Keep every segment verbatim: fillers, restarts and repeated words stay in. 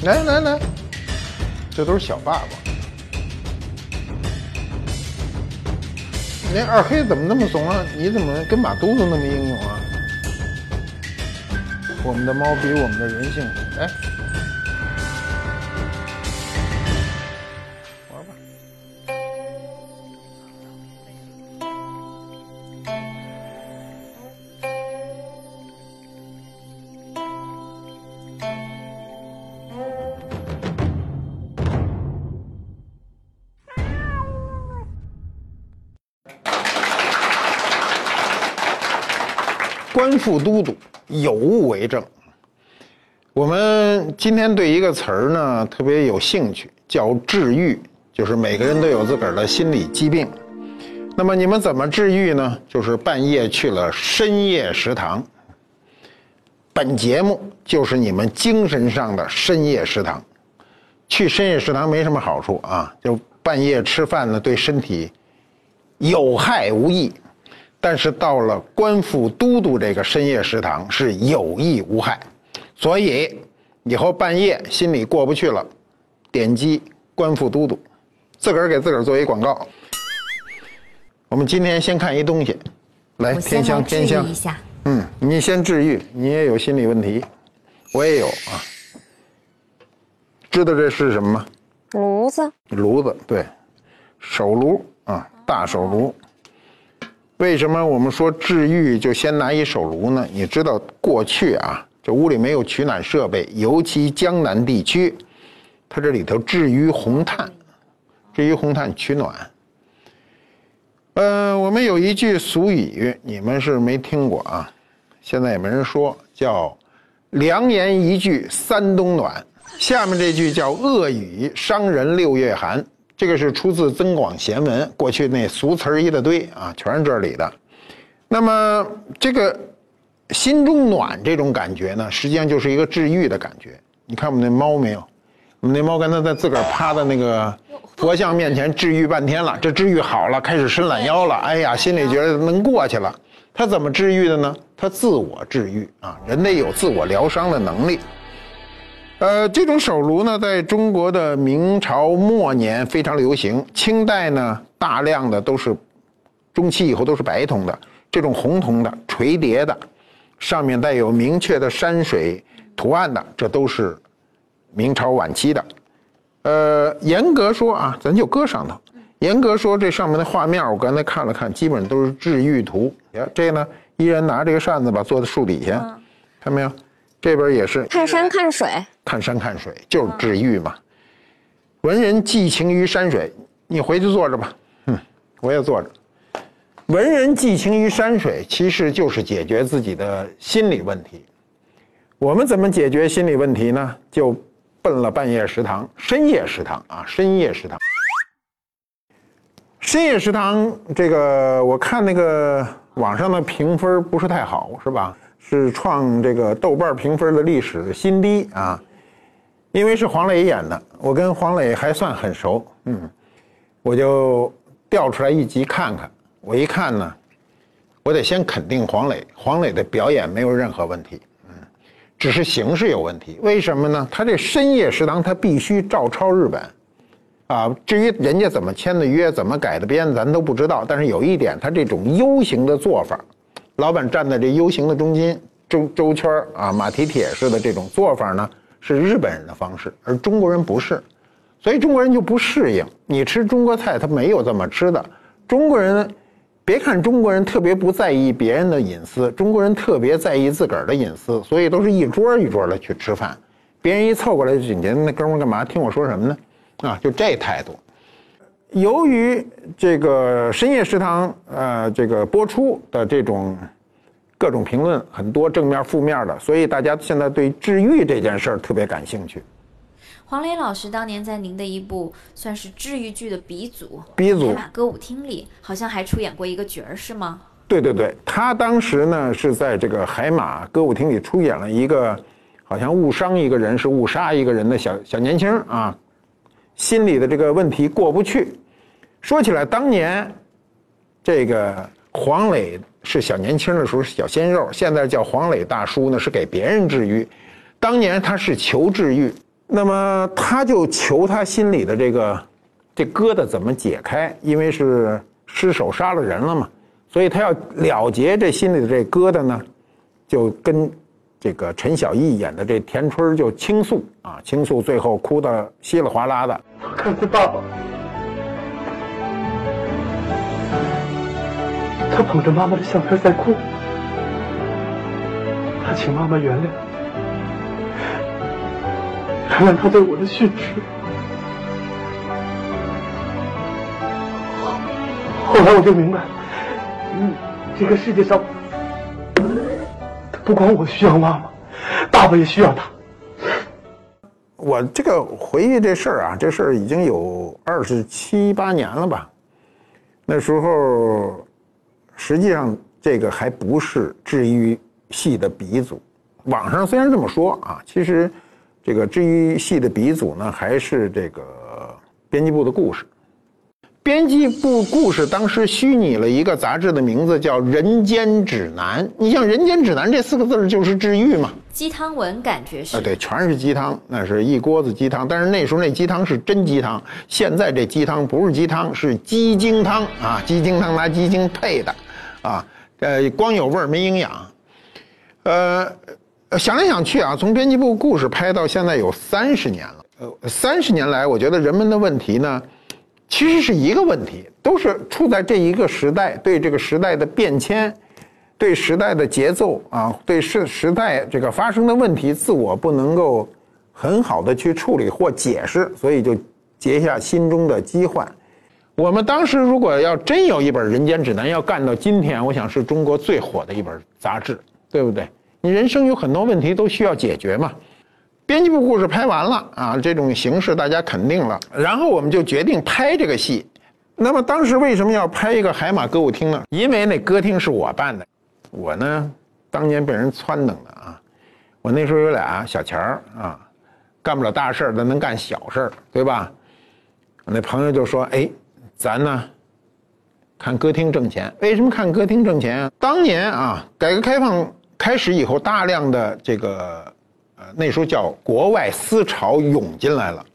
来来来，这都是小爸爸。那二黑怎么那么怂啊？你怎么跟马犊子那么英勇啊？我们的猫比我们的人幸福。哎，玩吧。官复都督，有物为证。我们今天对一个词儿呢特别有兴趣，叫治愈，就是每个人都有自个儿的心理疾病。那么你们怎么治愈呢？就是半夜去了深夜食堂。本节目就是你们精神上的深夜食堂。去深夜食堂没什么好处啊，就半夜吃饭呢对身体有害无益。但是到了官复都督这个深夜食堂是有益无害，所以以后半夜心里过不去了，点击官复都督，自个儿给自个儿做一广告。我们今天先看一东西，来天香天香一下，嗯，你先治愈，你也有心理问题，我也有啊。知道这是什么吗？ 炉子。 炉子，对，手炉啊，大手炉。为什么我们说治愈就先拿一手炉呢？你知道过去啊，这屋里没有取暖设备，尤其江南地区，它这里头置于红炭，置于红炭取暖。呃，我们有一句俗语，你们是没听过啊，现在也没人说，叫良言一句三冬暖。下面这句叫恶语伤人六月寒。这个是出自《增广贤文》，过去那俗词儿一大堆啊，全是这里的。那么这个心中暖这种感觉呢，实际上就是一个治愈的感觉。你看我们那猫没有？我们那猫刚才在自个儿趴在那个佛像面前治愈半天了，这治愈好了，开始伸懒腰了，哎呀，心里觉得能过去了。它怎么治愈的呢？它自我治愈啊，人得有自我疗伤的能力。呃，这种手炉呢，在中国的明朝末年非常流行，清代呢，大量的都是中期以后都是白铜的，这种红铜的、垂叠的，上面带有明确的山水图案的，这都是明朝晚期的。呃，严格说啊，咱就搁上头。严格说，这上面的画面我刚才看了看，基本上都是治愈图。这个呢，一人拿这个扇子吧，坐在树底下，嗯、看没有？这边也是看山看水， 看山看水就是治愈嘛。文人寄情于山水，你回去坐着吧，嗯，我也坐着。文人寄情于山水，其实就是解决自己的心理问题。我们怎么解决心理问题呢？就奔了半夜食堂、深夜食堂啊，深夜食堂。深夜食堂这个，我看那个网上的评分不是太好，是吧？是创这个豆瓣评分的历史新低啊，因为是黄磊演的，我跟黄磊还算很熟，嗯，我就调出来一集看看。我一看呢，我得先肯定黄磊，黄磊的表演没有任何问题，嗯，只是形式有问题。为什么呢？他这深夜食堂他必须照抄日本，啊，至于人家怎么签的约，怎么改的编，咱都不知道。但是有一点，他这种 U 型的做法。老板站在这 U 型的中间，周周圈啊，马蹄铁式的这种做法呢，是日本人的方式，而中国人不是，所以中国人就不适应。你吃中国菜，他没有这么吃的。中国人，别看中国人特别不在意别人的隐私，中国人特别在意自个儿的隐私，所以都是一桌一桌的去吃饭。别人一凑过来就紧接着那哥们儿干嘛？听我说什么呢？啊，就这态度。由于这个深夜食堂呃这个播出的这种各种评论很多正面负面的，所以大家现在对治愈这件事儿特别感兴趣。 黄磊老师当年在您的一部算是治愈剧的鼻祖鼻祖海马歌舞厅里，好像还出演过一个角儿，是吗？ 对对对，他当时呢是在这个海马歌舞厅里出演了一个好像误伤一个人是误杀一个人的小小年轻啊，心理的这个问题过不去。说起来，当年这个黄磊是小年轻的时候是小鲜肉，现在叫黄磊大叔呢，是给别人治愈。当年他是求治愈， 那么他就求他心里的这个这疙瘩怎么解开，因为是失手杀了人了嘛，所以他要了结这心里的这疙瘩呢，就跟这个陈小艺演的这田春就倾诉啊，倾诉，最后哭得稀里哗啦的。 我看见爸爸，他捧着妈妈的相片在哭，他请妈妈原谅，原谅他对我的训斥。后来我就明白，嗯，这个世界上不光我需要妈妈，爸爸也需要他。 我这个回忆这事儿啊，这事儿已经有二十七八年了吧。那时候，实际上这个还不是治愈系的鼻祖。网上虽然这么说啊，其实这个治愈系的鼻祖呢，还是这个编辑部的故事。编辑部故事当时虚拟了一个杂志的名字叫《人间指南》，你像《人间指南》这四个字就是治愈嘛， 鸡汤文感觉是啊，对，全是鸡汤，那是一锅子鸡汤。但是那时候那鸡汤是真鸡汤，现在这鸡汤不是鸡汤，是鸡精汤啊，鸡精汤拿鸡精配的，啊，呃，光有味儿没营养。呃，想来想去啊，从编辑部故事拍到现在有三十年了，呃，三十年来，我觉得人们的问题呢，其实是一个问题，都是处在这一个时代，对这个时代的变迁，对时代的节奏啊，对时时代这个发生的问题，自我不能够很好的去处理或解释，所以就结下心中的疾患。我们当时如果要真有一本《人间指南》要干到今天，我想是中国最火的一本杂志，对不对？你人生有很多问题都需要解决嘛。编辑部故事拍完了啊，这种形式大家肯定了，然后我们就决定拍这个戏。那么当时为什么要拍一个海马歌舞厅呢？因为那歌厅是我办的，我呢当年被人撺掇的啊。我那时候有俩小钱儿啊，干不了大事儿，但能干小事儿，对吧？我那朋友就说：“哎，咱呢看歌厅挣钱。为什么看歌厅挣钱啊？当年啊，改革开放开始以后，大量的这个。”那时候叫国外思潮涌进来了，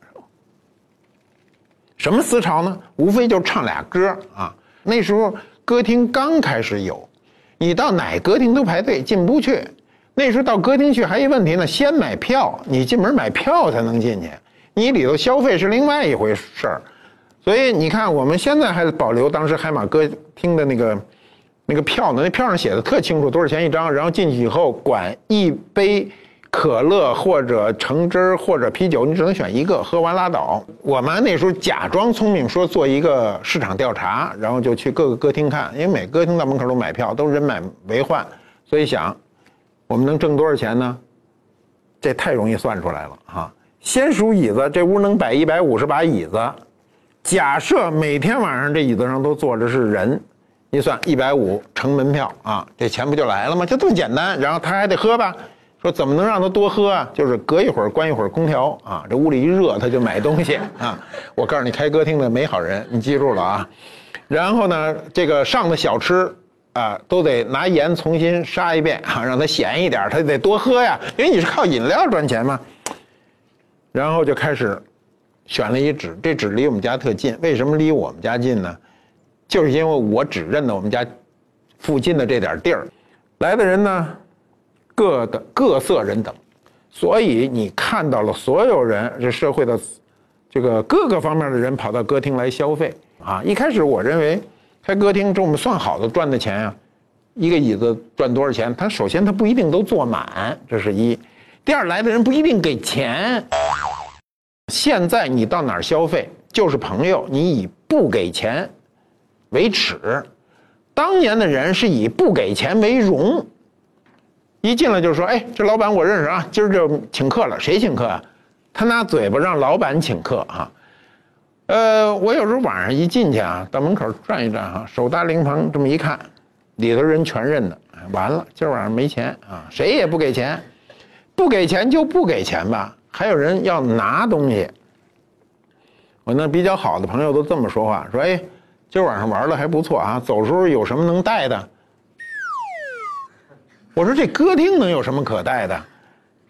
什么思潮呢？无非就唱俩歌啊。那时候歌厅刚开始有，你到哪歌厅都排队进不去。那时候到歌厅去还一问题呢，先买票，你进门买票才能进去，你里头消费是另外一回事儿。所以你看，我们现在还保留当时海马歌厅的那个那个票呢，那票上写的特清楚，多少钱一张，然后进去以后管一杯可乐或者橙汁或者啤酒，你只能选一个，喝完拉倒。我们那时候假装聪明，说做一个市场调查，然后就去各个歌厅看，因为每歌厅到门口都买票，都人满为患，所以想我们能挣多少钱呢？这太容易算出来了哈。先数椅子，这屋能摆一百五十把椅子，假设每天晚上这椅子上都坐着是人，一算一百五乘门票啊，这钱不就来了吗？就这么简单。然后他还得喝吧。说怎么能让他多喝啊？就是隔一会儿关一会儿空调啊，这屋里一热他就买东西啊。我告诉你，开歌厅的没好人，你记住了啊。然后呢，这个上的小吃啊，都得拿盐重新杀一遍啊，让它咸一点，他得多喝呀，因为你是靠饮料赚钱嘛。然后就开始选了一址，这址离我们家特近。为什么离我们家近呢？就是因为我只认得我们家附近的这点地儿，来的人呢。各的各色人等，所以你看到了所有人，这社会的这个各个方面的人跑到歌厅来消费啊。一开始我认为开歌厅这我们算好的赚的钱啊，一个椅子赚多少钱？他首先他不一定都坐满，这是一；第二，来的人不一定给钱。现在你到哪儿消费就是朋友，你以不给钱为耻，当年的人是以不给钱为荣。一进来就说：“哎，这老板我认识啊，今儿就请客了。谁请客啊？他拿嘴巴让老板请客啊。呃，我有时候晚上一进去啊，到门口转一转啊，手搭灵棚这么一看，里头人全认得。完了，今儿晚上没钱啊，谁也不给钱，不给钱就不给钱吧。还有人要拿东西。我那比较好的朋友都这么说话，说：哎，今儿晚上玩的还不错啊，走时候有什么能带的？”我说这歌厅能有什么可带的？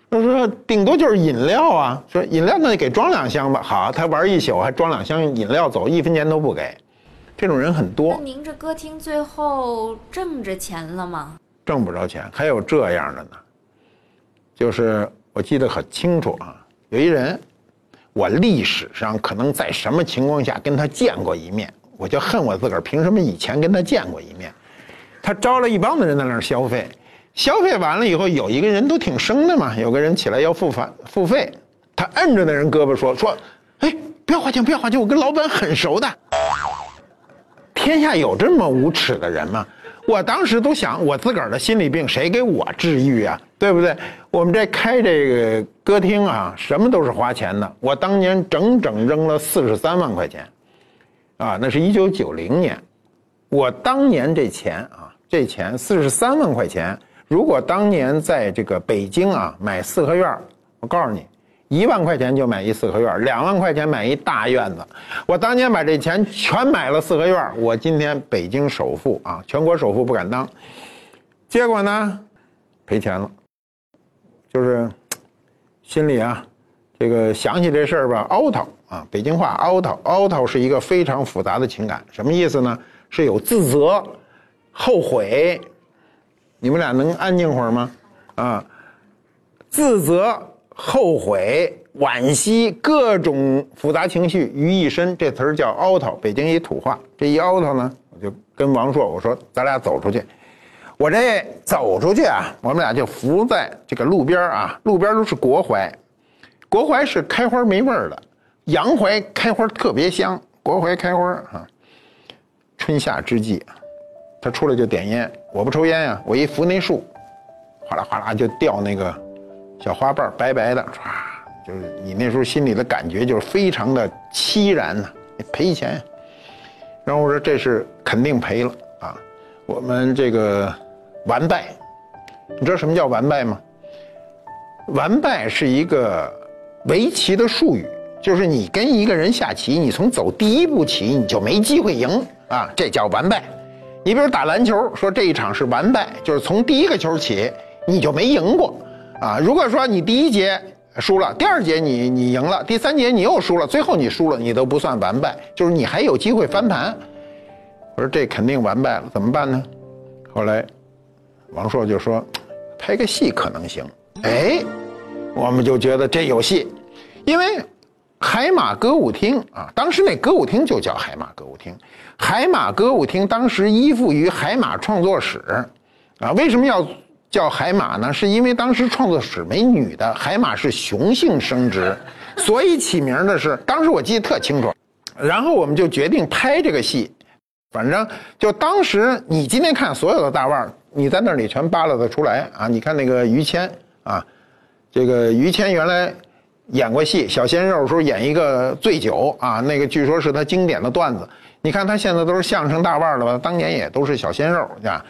他说顶多就是饮料啊，说饮料那给装两箱吧。好，他玩一宿还装两箱饮料走，一分钱都不给。这种人很多。 那您这歌厅最后挣着钱了吗？ 挣不着钱，还有这样的呢。就是我记得很清楚啊，有一人，我历史上可能在什么情况下跟他见过一面，我就恨我自个儿凭什么以前跟他见过一面。他招了一帮子人在那儿消费。消费完了以后，有一个人都挺生的嘛，有个人起来要付款付费，他摁着那人胳膊说说，哎，不要花钱，不要花钱，我跟老板很熟的。天下有这么无耻的人吗？我当时都想，我自个儿的心理病谁给我治愈啊？对不对？我们这开这个歌厅啊，什么都是花钱的。我当年整整扔了四十三万块钱，啊，那是一九九零年。我当年这钱啊，这钱四十三万块钱。如果当年在这个北京啊买四合院，我告诉你，一万块钱就买一四合院，两万块钱买一大院子。我当年把这钱全买了四合院，我今天北京首富啊，全国首富不敢当。结果呢，赔钱了，就是心里啊，这个想起这事儿吧，凹头啊，北京话凹头，凹头是一个非常复杂的情感，什么意思呢？是有自责、后悔。你们俩能安静会儿吗？啊，自责、后悔、惋惜，各种复杂情绪于一身，这词儿叫凹头，北京一土话。这一凹头呢，我就跟王朔我说，咱俩走出去。我这走出去啊，我们俩就伏在这个路边啊，路边都是国槐，国槐是开花没味儿的，洋槐开花特别香，国槐开花啊。春夏之际，他出来就点烟，我不抽烟呀、啊，我一扶那树，哗啦哗啦就掉那个小花瓣，白白的，唰，就是你那时候心里的感觉就是非常的凄然呐、啊，赔钱。然后我说这是肯定赔了啊，我们这个完败，你知道什么叫完败吗？完败是一个围棋的术语，就是你跟一个人下棋，你从走第一步棋你就没机会赢啊，这叫完败。你比如打篮球，说这一场是完败，就是从第一个球起你就没赢过啊。如果说你第一节输了，第二节你你赢了，第三节你又输了，最后你输了，你都不算完败，就是你还有机会翻盘。我说这肯定完败了，怎么办呢？后来王朔就说拍个戏可能行。哎，我们就觉得这有戏，因为海马歌舞厅啊，当时那歌舞厅就叫海马歌舞厅。海马歌舞厅当时依附于海马创作室啊，为什么要叫海马呢？是因为当时创作室没女的，海马是雄性生殖，所以起名的是，当时我记得特清楚。然后我们就决定拍这个戏，反正就当时你今天看所有的大腕，你在那里全扒拉得出来啊。你看那个于谦啊，这个于谦原来演过戏，小鲜肉的时候演一个醉酒啊，那个据说是他经典的段子。你看他现在都是相声大腕了吧？当年也都是小鲜肉，是吧？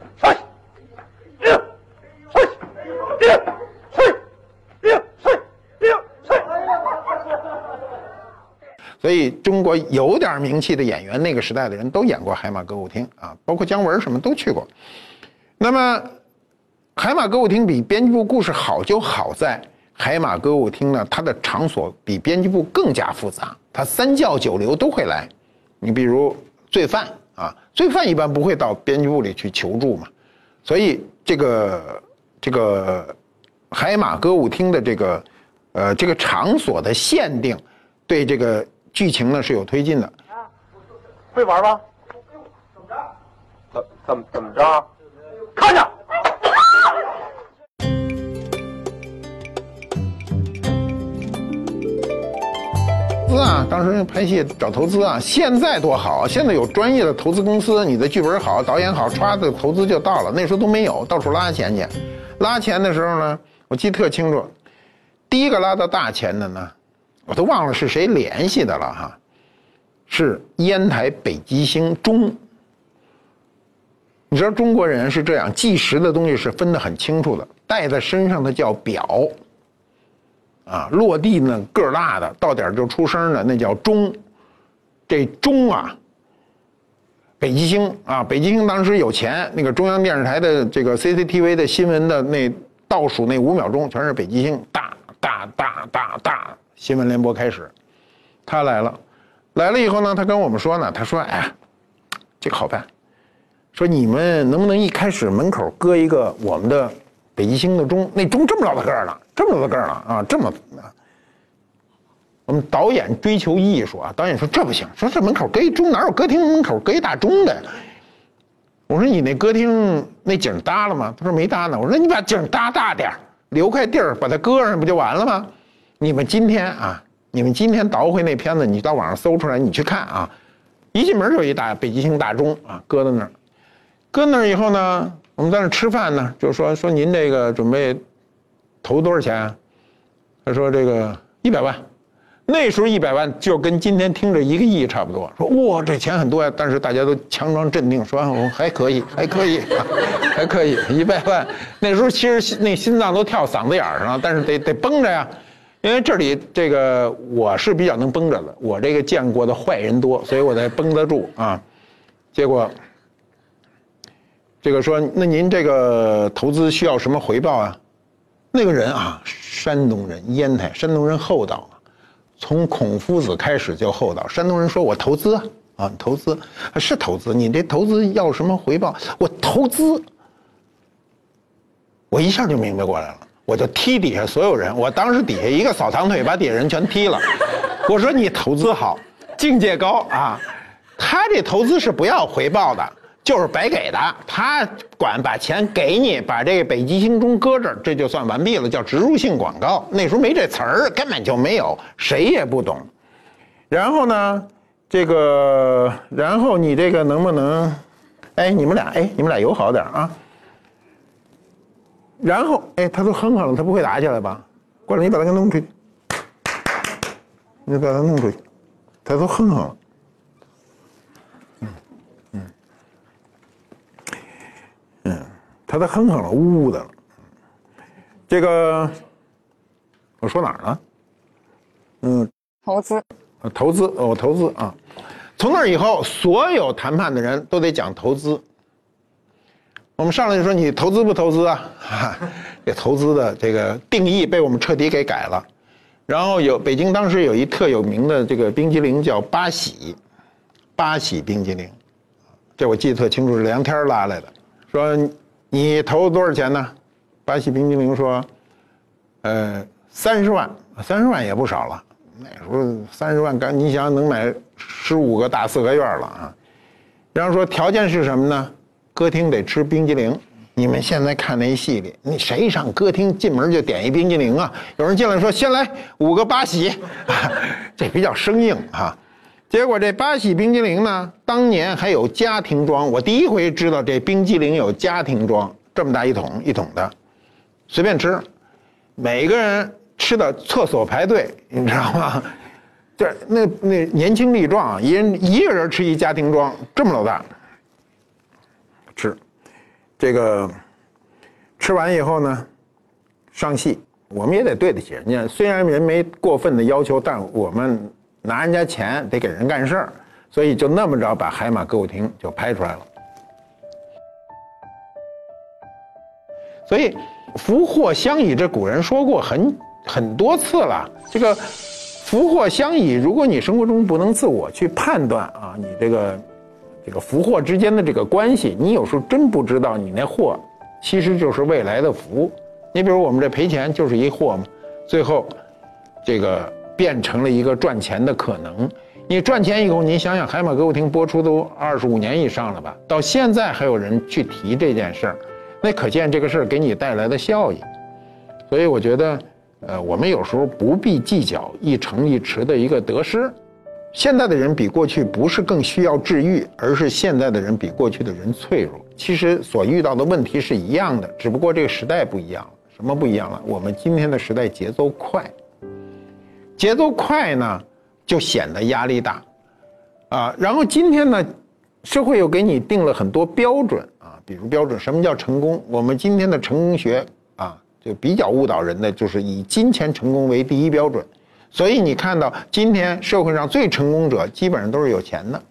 所以中国有点名气的演员，那个时代的人都演过海马歌舞厅啊，包括姜文什么都去过。那么，海马歌舞厅比编辑部故事好就好在，海马歌舞厅呢，它的场所比编辑部更加复杂，它三教九流都会来。你比如罪犯啊，罪犯一般不会到编辑部里去求助嘛，所以这个这个海马歌舞厅的这个呃这个场所的限定，对这个剧情呢是有推进的。 会玩吗？怎怎么怎么着？看着。 资啊，当时拍戏找投资啊，现在多好，现在有专业的投资公司，你的剧本好，导演好，歘的投资就到了。那时候都没有，到处拉钱去。拉钱的时候呢，我记得特清楚，第一个拉到大钱的呢，我都忘了是谁联系的了哈，是烟台北极星钟。你知道中国人是这样，计时的东西是分得很清楚的，带在身上的叫表。啊，落地呢个儿大的，到点就出声的那叫钟。这钟啊，北极星啊，北极星当时有钱，那个中央电视台的这个 C C T V 的新闻的那倒数那五秒钟全是北极星，大大大大大，新闻联播开始。他来了，来了以后呢，他跟我们说呢，他说：“哎呀，这个好办，说你们能不能一开始门口搁一个我们的北极星的钟？那钟这么老大个儿了，这么老大个儿了啊，这么。”我们导演追求艺术啊，导演说这不行，说这门口搁一钟，哪有歌厅门口搁一大钟的？我说你那歌厅那景搭了吗？他说没搭呢。我说你把景搭大点，留块地儿把它搁上不就完了吗？你们今天啊，你们今天倒回那片子，你到网上搜出来，你去看啊，一进门就有一大北极星大钟啊，搁在那儿，搁那儿以后呢，我们在那吃饭呢，就说说您这个准备投多少钱啊？他说这个一百万。那时候一百万就跟今天听着一个亿差不多。说哇，这钱很多呀，但是大家都强装镇定，说哦还可以，还可以，还可以，一百万。那时候其实那心脏都跳嗓子眼上了，但是得得绷着呀，因为这里这个我是比较能绷着的，我这个见过的坏人多，所以我得绷得住啊。结果这个说，那您这个投资需要什么回报啊？那个人啊，山东人，烟台，山东人厚道。从孔夫子开始就厚道。山东人说：“我投资啊，啊，投资是投资，你这投资要什么回报？我投资。”我一下就明白过来了，我就踢底下所有人。我当时底下一个扫堂腿，把底下人全踢了。我说：“你投资好，境界高啊！他这投资是不要回报的，就是白给的。他管把钱给你，把这个北极星钟搁这儿，这就算完毕了，叫植入性广告。那时候没这词儿，根本就没有，谁也不懂。然后呢，这个，然后你这个能不能，哎，你们俩，哎，你们俩友好点啊。然后，哎，他都哼哼了，他不会打起来吧？过来，你把他给弄出去，你把他弄出去，他都哼哼了。他都哼哼了，呜呜的了。这个，我说哪儿了？嗯， 投资， 投资，我、哦、投资啊。从那以后，所有谈判的人都得讲投资。我们上来就说你投资不投资啊？哈，这投资的这个定义被我们彻底给改了。然后有北京当时有一特有名的这个冰激凌叫八喜，八喜冰激凌，这我记得特清楚，是梁天拉来的，说。你投多少钱呢？八喜冰激凌说，呃，三十万，三十万也不少了。那时候三十万，刚你想能买十五个大四合院了啊。然后说条件是什么呢？歌厅得吃冰激凌。你们现在看那戏里，你谁上歌厅进门就点一冰激凌啊？有人进来说先来五个八喜，这比较生硬哈。结果这八喜冰激凌呢，当年还有家庭装，我第一回知道这冰激凌有家庭装，这么大一桶一桶的，随便吃，每个人吃的厕所排队，你知道吗？这那那年轻力壮，一人一个人吃一家庭装，这么老大，吃，这个吃完以后呢，上戏，我们也得对得起人家，虽然人没过分的要求，但我们。拿人家钱得给人干事儿，所以就那么着把海马歌舞厅就拍出来了。所以福祸相倚，这古人说过很很多次了。这个福祸相倚，如果你生活中不能自我去判断啊，你这个这个福祸之间的这个关系，你有时候真不知道你那祸其实就是未来的福。你比如我们这赔钱就是一祸嘛，最后这个。变成了一个赚钱的可能。你赚钱以后，你想想海马歌舞厅播出都二十五年以上了吧，到现在还有人去提这件事儿，那可见这个事儿给你带来的效益。所以我觉得，呃，我们有时候不必计较一城一池的一个得失。现在的人比过去不是更需要治愈，而是现在的人比过去的人脆弱。其实所遇到的问题是一样的，只不过这个时代不一样了。什么不一样了？我们今天的时代节奏快。节奏快呢，就显得压力大，啊，然后今天呢，社会又给你定了很多标准啊，比如标准，什么叫成功？我们今天的成功学啊，就比较误导人的，就是以金钱成功为第一标准。所以你看到今天社会上最成功者，基本上都是有钱的，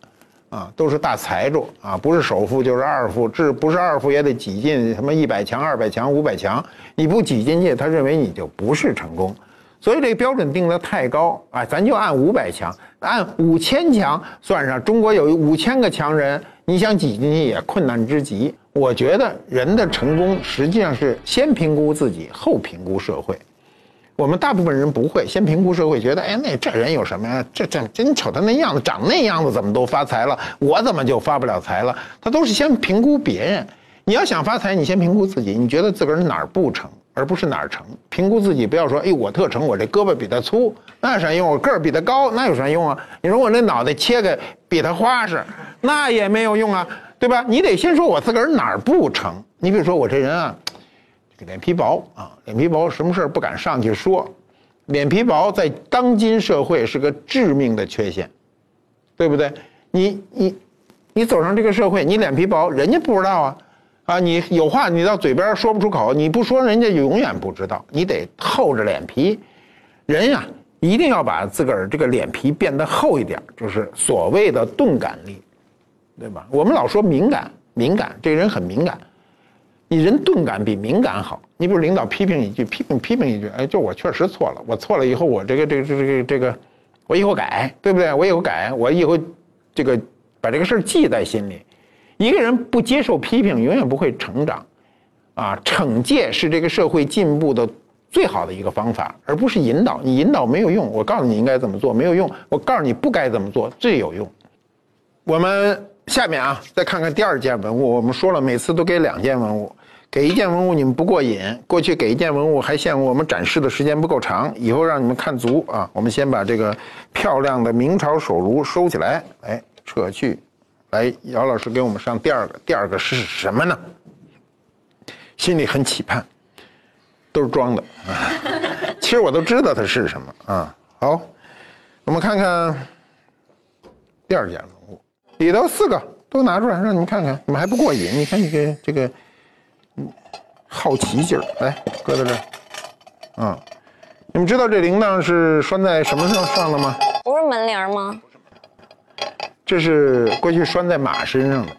啊，都是大财主啊，不是首富就是二富，这不是二富也得挤进什么一百强、二百强、五百强，你不挤进去，他认为你就不是成功。所以这个标准定得太高啊，咱就按五百强，按五千强算上，中国有五千个强人，你想挤进去也困难之极。我觉得人的成功实际上是先评估自己，后评估社会。我们大部分人不会先评估社会，觉得哎，那这人有什么呀？这这真瞅他那样子，长那样子，怎么都发财了？我怎么就发不了财了？他都是先评估别人。你要想发财，你先评估自己，你觉得自个儿哪儿不成，而不是哪儿成。评估自己，不要说哎，我特成，我这胳膊比他粗，那有啥用？我个儿比他高，那有啥用啊？你说我那脑袋切开比他花实，那也没有用啊，对吧？你得先说我自个儿哪儿不成。你比如说我这人啊。脸皮薄啊，脸皮薄，什么事不敢上去说。脸皮薄在当今社会是个致命的缺陷，对不对？你你你走上这个社会，你脸皮薄，人家不知道啊啊！你有话你到嘴边说不出口，你不说人家永远不知道，你得厚着脸皮。人呀、啊，一定要把自个儿这个脸皮变得厚一点，就是所谓的钝感力，对吧？我们老说敏感，敏感，这个人很敏感。你人钝感比敏感好，你比如领导批评一句，批评批评一句，哎，就我确实错了，我错了以后，我这个这个这个这个，我以后改，对不对？我以后改，我以后这个把这个事儿记在心里。一个人不接受批评，永远不会成长，啊，惩戒是这个社会进步的最好的一个方法，而不是引导。你引导没有用，我告诉你应该怎么做没有用，我告诉你不该怎么做最有用。我们下面啊，再看看第二件文物。我们说了，每次都给两件文物。给一件文物你们不过瘾，过去给一件文物还嫌我们展示的时间不够长，以后让你们看足啊！我们先把这个漂亮的明朝手炉收起来，哎，撤去。来，姚老师给我们上第二个，第二个是什么呢？心里很期盼，都是装的啊。其实我都知道它是什么啊。好，我们看看第二件文物，里头四个都拿出来让你们看看，你们还不过瘾？你看这个这个。好奇劲儿，来搁在这儿，啊、嗯，你们知道这铃铛是拴在什么上上的吗？ 不是门铃吗？ 这是过去拴在马身上的。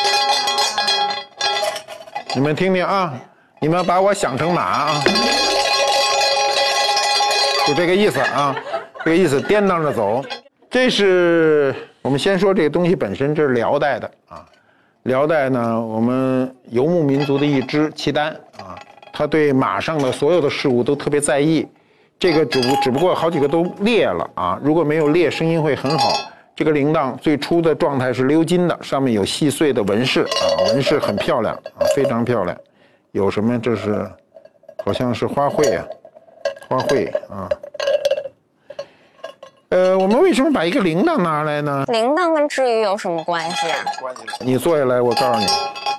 你们听听啊，你们把我想成马啊，就这个意思啊，这个意思，颠荡着走。这是我们先说这个东西本身，这是辽代的啊。辽代呢，我们游牧民族的一支契丹啊，他对马上的所有的事物都特别在意。这个只不只不过好几个都裂了啊，如果没有裂，声音会很好。这个铃铛最初的状态是鎏金的，上面有细碎的纹饰啊，纹饰很漂亮啊，非常漂亮。有什么？这是好像是花卉啊，花卉啊。呃，我们为什么把一个铃铛拿来呢？ 铃铛跟治愈有什么关系啊？ 你坐下来，我告诉你，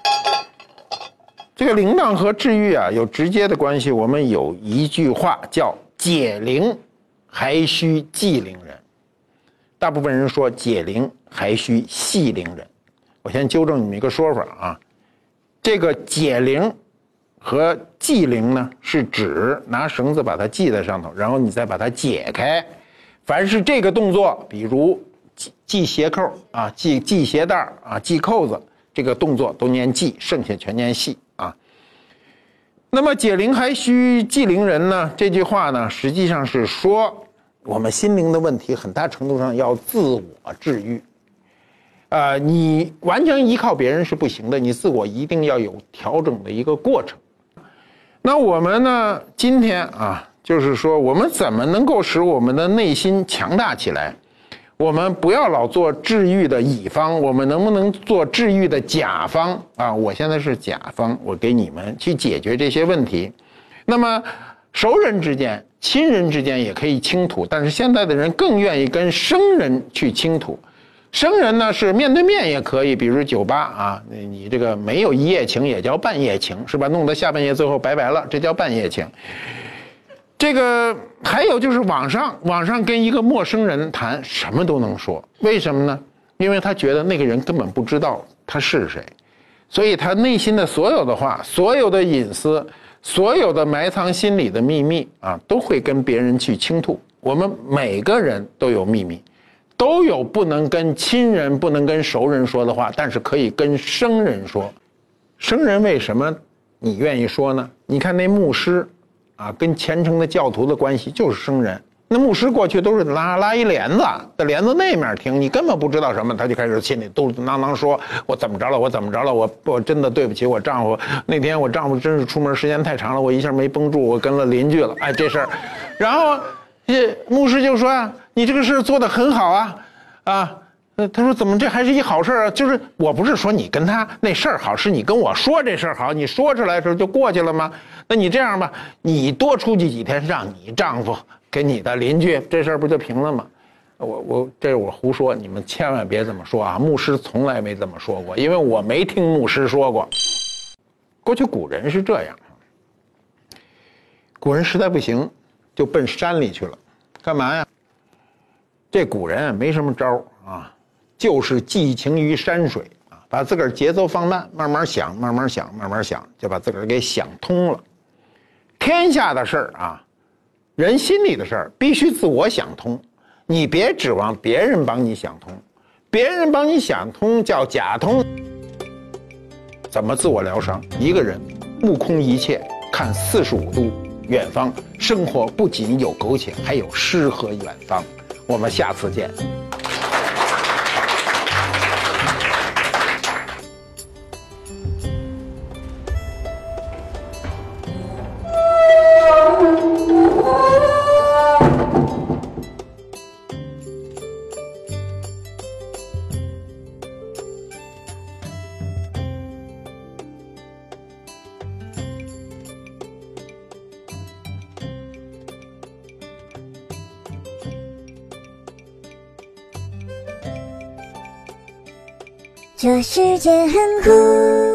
这个铃铛和治愈啊有直接的关系。我们有一句话叫“解铃还须系铃人”，大部分人说解铃还须系铃人。我先纠正你们一个说法啊，这个解铃和系铃呢，是指拿绳子把它系在上头，然后你再把它解开。凡是这个动作，比如系系鞋扣啊、系系鞋带啊、系扣子，这个动作都念系，剩下全念系啊。那么解铃还须系铃人呢？这句话呢，实际上是说我们心灵的问题，很大程度上要自我治愈。呃，你完全依靠别人是不行的，你自我一定要有调整的一个过程。那我们呢，今天啊。就是说，我们怎么能够使我们的内心强大起来？我们不要老做治愈的乙方，我们能不能做治愈的甲方啊？我现在是甲方，我给你们去解决这些问题。那么，熟人之间、亲人之间也可以倾吐，但是现在的人更愿意跟生人去倾吐。生人呢是面对面也可以，比如酒吧啊，你这个没有一夜情也叫半夜情，是吧？弄得下半夜最后拜拜了，这叫半夜情。这个还有就是网上，网上跟一个陌生人谈什么都能说，为什么呢？因为他觉得那个人根本不知道他是谁，所以他内心的所有的话、所有的隐私、所有的埋藏心里的秘密啊，都会跟别人去倾吐。我们每个人都有秘密， 都有不能跟亲人、不能跟熟人说的话，但是可以跟生人说。生人为什么你愿意说呢？你看那牧师啊，跟虔诚的教徒的关系就是生人。那牧师过去都是拉拉一帘子，在帘子那面听，你根本不知道什么，他就开始心里嘟嘟囔囔说：“我怎么着了？我怎么着了？我我真的对不起我丈夫。那天我丈夫真是出门时间太长了，我一下没绷住，我跟了邻居了。哎，这事儿。”然后，这牧师就说：“你这个事做得很好啊，啊。”呃，他说怎么这还是一好事啊？就是我不是说你跟他那事儿好，是你跟我说这事儿好，你说出来的时候就过去了吗？那你这样吧，你多出去几天，让你丈夫给你的邻居，这事儿不就平了吗？我我这是我胡说，你们千万别这么说啊！牧师从来没这么说过，因为我没听牧师说过。过去古人是这样，古人实在不行，就奔山里去了，干嘛呀？这古人没什么招啊。就是寄情于山水啊，把自个儿节奏放慢，慢慢想，慢慢想，慢慢想，就把自个儿给想通了。天下的事儿啊，人心里的事儿必须自我想通，你别指望别人帮你想通，别人帮你想通叫假通。怎么自我疗伤？一个人目空一切，看四十五度远方，生活不仅有苟且，还有诗和远方。我们下次见。 这世界很酷。